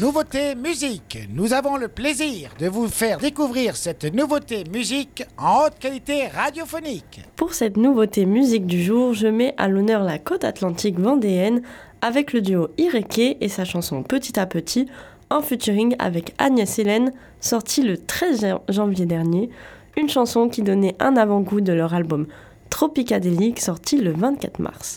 Nouveauté musique. Nous avons le plaisir de vous faire découvrir cette nouveauté musique en haute qualité radiophonique. Pour cette nouveauté musique du jour, je mets à l'honneur la côte atlantique vendéenne avec le duo Ireke et sa chanson Petit à Petit en featuring avec Agnès Hélène, sortie le 13 janvier dernier, une chanson qui donnait un avant-goût de leur album Tropicadélique sorti le 24 mars.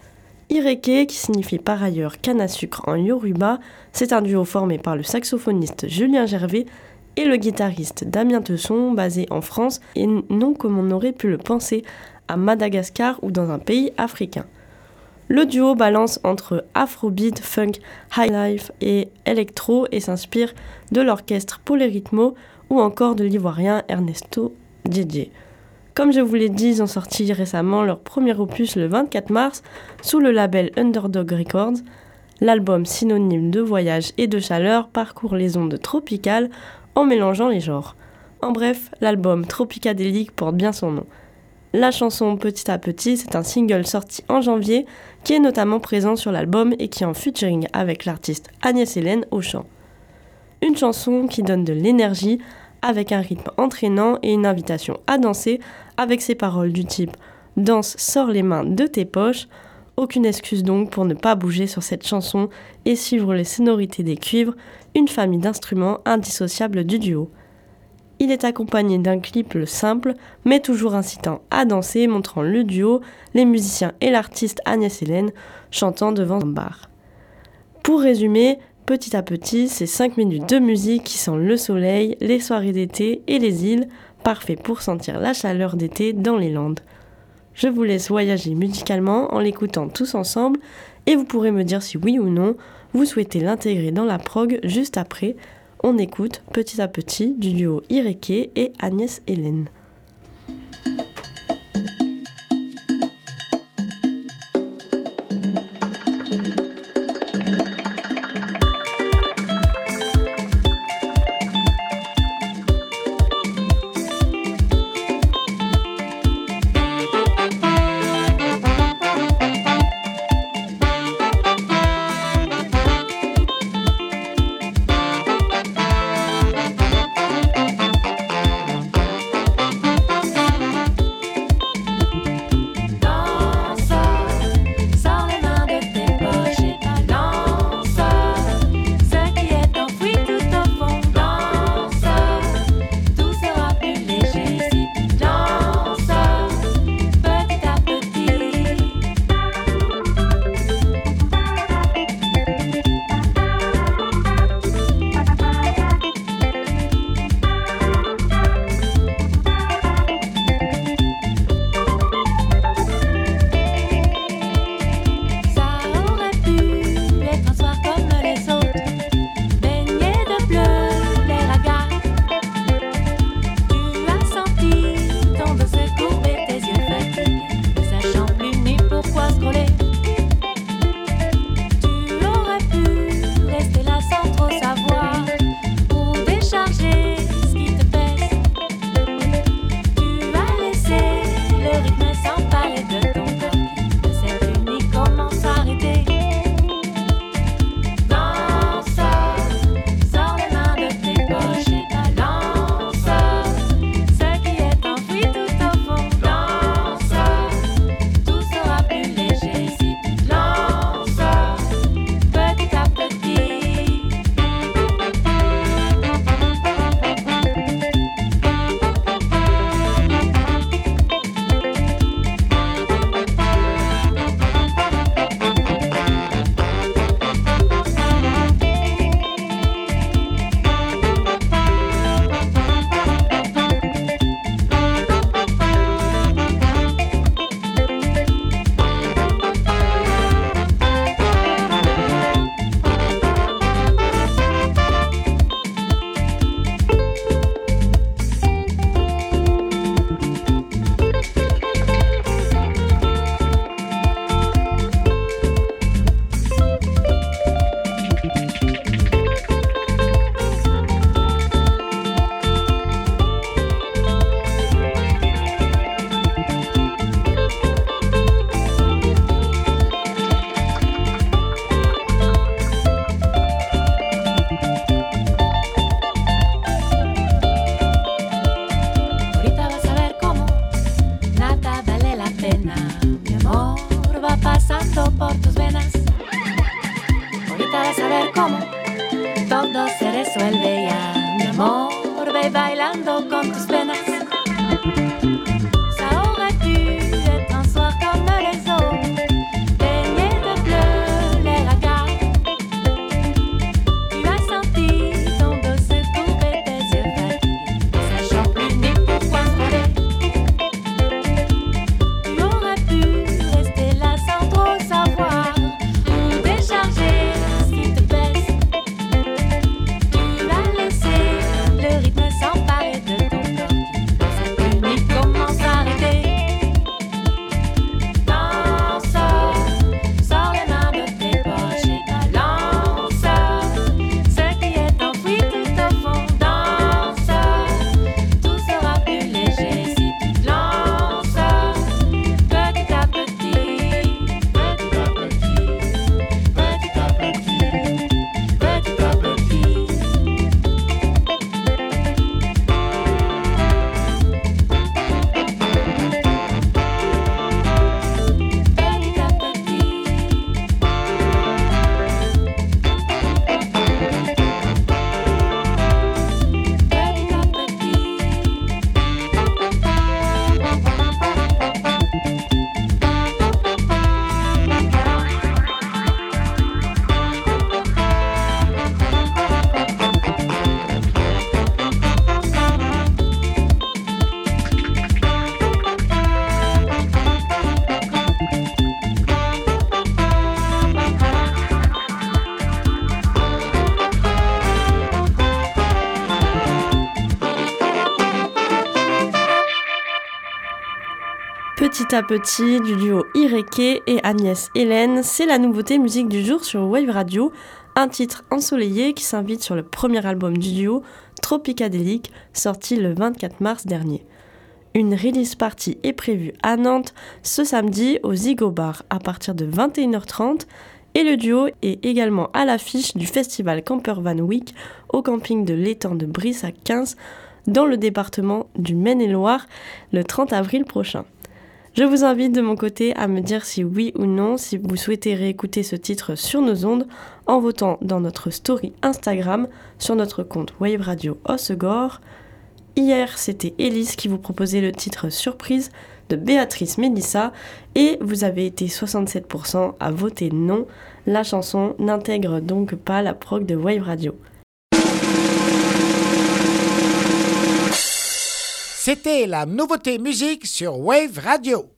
Ireke, qui signifie par ailleurs canne à sucre en yoruba, c'est un duo formé par le saxophoniste Julien Gervais et le guitariste Damien Tesson, basé en France et non comme on aurait pu le penser à Madagascar ou dans un pays africain. Le duo balance entre afrobeat, funk, highlife et électro et s'inspire de l'orchestre Polyrythmo ou encore de l'ivoirien Ernesto Djedje. Comme je vous l'ai dit, ils ont sorti récemment leur premier opus le 24 mars sous le label Underdog Records. L'album synonyme de voyage et de chaleur parcourt les ondes tropicales en mélangeant les genres. En bref, l'album Tropicadélique porte bien son nom. La chanson Petit à Petit, c'est un single sorti en janvier qui est notamment présent sur l'album et qui est en featuring avec l'artiste Agnès Hélène au chant. Une chanson qui donne de l'énergie avec un rythme entraînant et une invitation à danser avec ses paroles du type « Danse, sors les mains de tes poches ». Aucune excuse donc pour ne pas bouger sur cette chanson et suivre les sonorités des cuivres, une famille d'instruments indissociables du duo. Il est accompagné d'un clip simple, mais toujours incitant à danser, montrant le duo, les musiciens et l'artiste Agnès Hélène chantant devant un bar. Pour résumer, Petit à Petit, c'est 5 minutes de musique qui sent le soleil, les soirées d'été et les îles, parfait pour sentir la chaleur d'été dans les Landes. Je vous laisse voyager musicalement en l'écoutant tous ensemble et vous pourrez me dire si oui ou non vous souhaitez l'intégrer dans la prog juste après. On écoute Petit à Petit du duo Ireke et Agnès Hélène. Petit à petit du duo Ireke et Agnès Hélène, c'est la nouveauté musique du jour sur Wave Radio, un titre ensoleillé qui s'invite sur le premier album du duo, Tropicadélique, sorti le 24 mars dernier. Une release party est prévue à Nantes ce samedi au Zigo Bar à partir de 21h30 et le duo est également à l'affiche du festival Camper Van Week au camping de l'étang de Brissac 15 dans le département du Maine-et-Loire le 30 avril prochain. Je vous invite de mon côté à me dire si oui ou non, si vous souhaitez réécouter ce titre sur nos ondes en votant dans notre story Instagram sur notre compte Wave Radio Hossegor. Hier, c'était Élise qui vous proposait le titre Surprise de Béatrice Mélissa et vous avez été 67% à voter non. La chanson n'intègre donc pas la prog de Wave Radio. C'était la nouveauté musique sur Wave Radio.